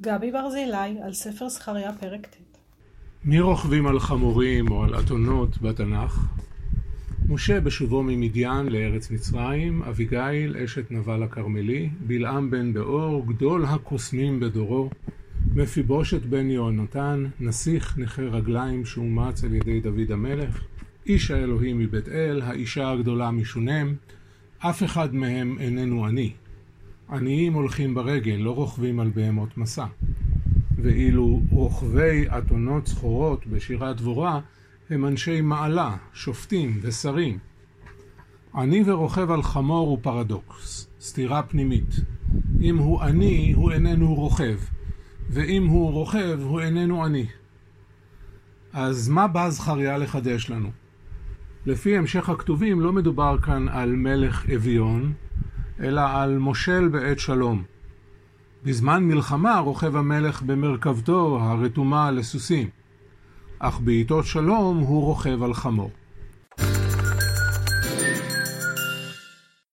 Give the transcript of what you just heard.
גבי ברזילי על ספר זכריה פרק ט'. מי רוכבים על חמורים או על אתונות בתנ"ך? משה בשובו ממדיין לארץ מצרים, אביגיל אשת נבל הכרמלי, בלעם בן באור, גדול הקוסמים בדורו, מפיבושת בן יהונתן, נסיך נכה רגליים שאומץ על ידי דוד המלך, איש האלוהים מבית אל, האישה הגדולה משונם, אף אחד מהם איננו עני. עניים הולכים ברגל, לא רוכבים על בהמות מסע. ואילו רוכבי אתונות סחורות בשירת דבורה הם אנשי מעלה, שופטים ושרים. עני ורוכב על חמור הוא פרדוקס, סתירה פנימית. אם הוא עני, הוא איננו רוכב, ואם הוא רוכב, הוא איננו עני. אז מה בא זכריה לחדש לנו? לפי המשך הכתובים לא מדובר כאן על מלך אביון, אלא על מושל בעת שלום. בזמן מלחמה רוכב המלך במרכבתו הרתומה לסוסים, אך בעיתות שלום הוא רוכב על חמור.